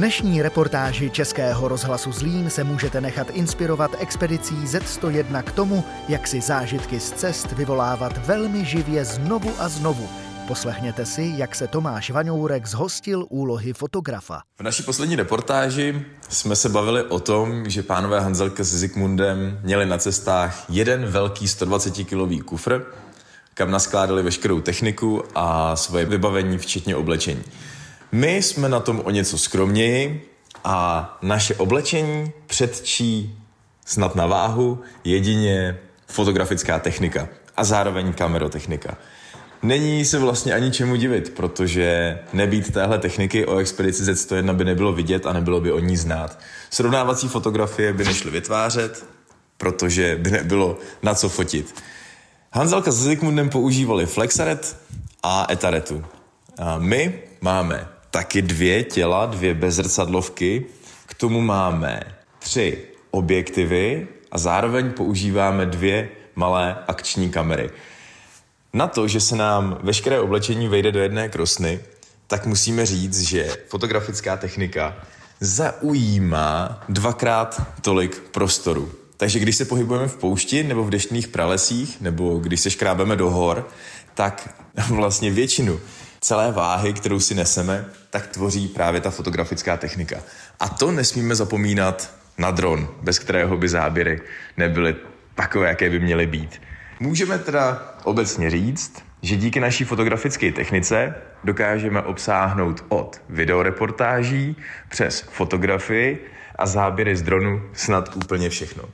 dnešní reportáži Českého rozhlasu Zlín se můžete nechat inspirovat expedicí Z101 k tomu, jak si zážitky z cest vyvolávat velmi živě znovu a znovu. Poslechněte si, jak se Tomáš Vaňourek zhostil úlohy fotografa. V naší poslední reportáži jsme se bavili o tom, že pánové Hanzelka se Zikmundem měli na cestách jeden velký 120-kilový kufr, kam naskládali veškerou techniku a svoje vybavení, včetně oblečení. My jsme na tom o něco skromněji a naše oblečení předčí snad na váhu jedině fotografická technika a zároveň kamerotechnika. Není se vlastně ani čemu divit, protože nebýt téhle techniky o expedici Z101 by nebylo vidět a nebylo by o ní znát. Srovnávací fotografie by nešly vytvářet, protože by nebylo na co fotit. Hanzelka se Zikmundem používali Flexaret a Etaretu. A my máme taky 2 těla, 2 bezzrcadlovky, k tomu máme 3 objektivy a zároveň používáme 2 malé akční kamery. Na to, že se nám veškeré oblečení vejde do jedné krosny, tak musíme říct, že fotografická technika zaujímá 2x tolik prostoru. Takže když se pohybujeme v poušti nebo v deštných pralesích, nebo když se škrábeme do hor, tak vlastně většinu celé váhy, kterou si neseme, tak tvoří právě ta fotografická technika. A to nesmíme zapomínat na dron, bez kterého by záběry nebyly takové, jaké by měly být. Můžeme teda obecně říct, že díky naší fotografické technice dokážeme obsáhnout od videoreportáží přes fotografii a záběry z dronu snad úplně všechno.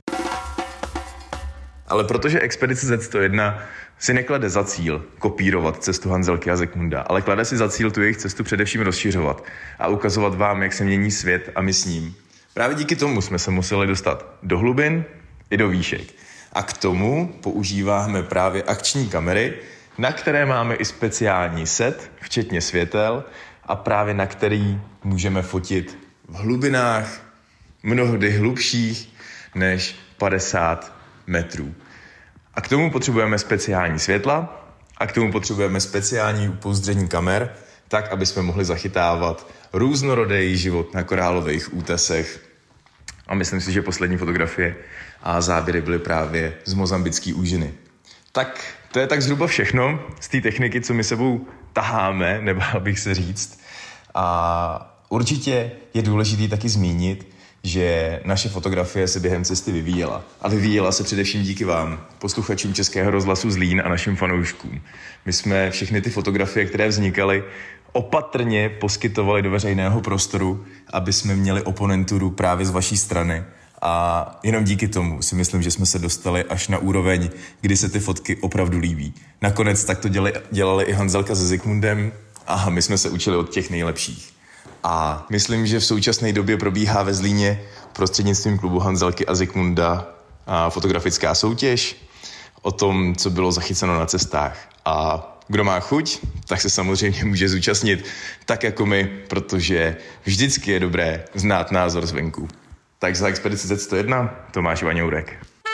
Ale protože expedice Z101 si neklade za cíl kopírovat cestu Hanzelky a Zikmunda, ale klade si za cíl tu jejich cestu především rozšiřovat a ukazovat vám, jak se mění svět a my s ním. Právě díky tomu jsme se museli dostat do hlubin i do výšek. A k tomu používáme právě akční kamery, na které máme i speciální set, včetně světel, a právě na který můžeme fotit v hlubinách mnohdy hlubších než 50 metrů. A k tomu potřebujeme speciální světla a k tomu potřebujeme speciální upouzdření kamer, tak, aby jsme mohli zachytávat různorodý život na korálových útesech. A myslím si, že poslední fotografie a záběry byly právě z mozambické úžiny. Tak to je tak zhruba všechno z té techniky, co my sebou taháme, nebál bych se říct. A určitě je důležitý taky zmínit, že naše fotografie se během cesty vyvíjela. A vyvíjela se především díky vám, posluchačům Českého rozhlasu Zlín a našim fanouškům. My jsme všechny ty fotografie, které vznikaly, opatrně poskytovali do veřejného prostoru, aby jsme měli oponenturu právě z vaší strany. A jenom díky tomu si myslím, že jsme se dostali až na úroveň, kdy se ty fotky opravdu líbí. Nakonec tak to dělali i Hanzelka se Zikmundem a my jsme se učili od těch nejlepších. A myslím, že v současné době probíhá ve Zlíně prostřednictvím klubu Hanzelky a Zikmunda fotografická soutěž o tom, co bylo zachyceno na cestách. A kdo má chuť, tak se samozřejmě může zúčastnit tak jako my, protože vždycky je dobré znát názor zvenku. Tak za expedici Z101 Tomáš Vaňourek.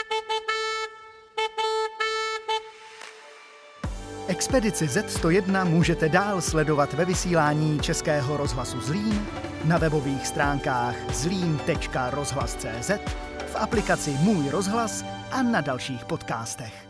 Expedici Z101 můžete dál sledovat ve vysílání Českého rozhlasu Zlín, na webových stránkách zlín.rozhlas.cz, v aplikaci Můj rozhlas a na dalších podcastech.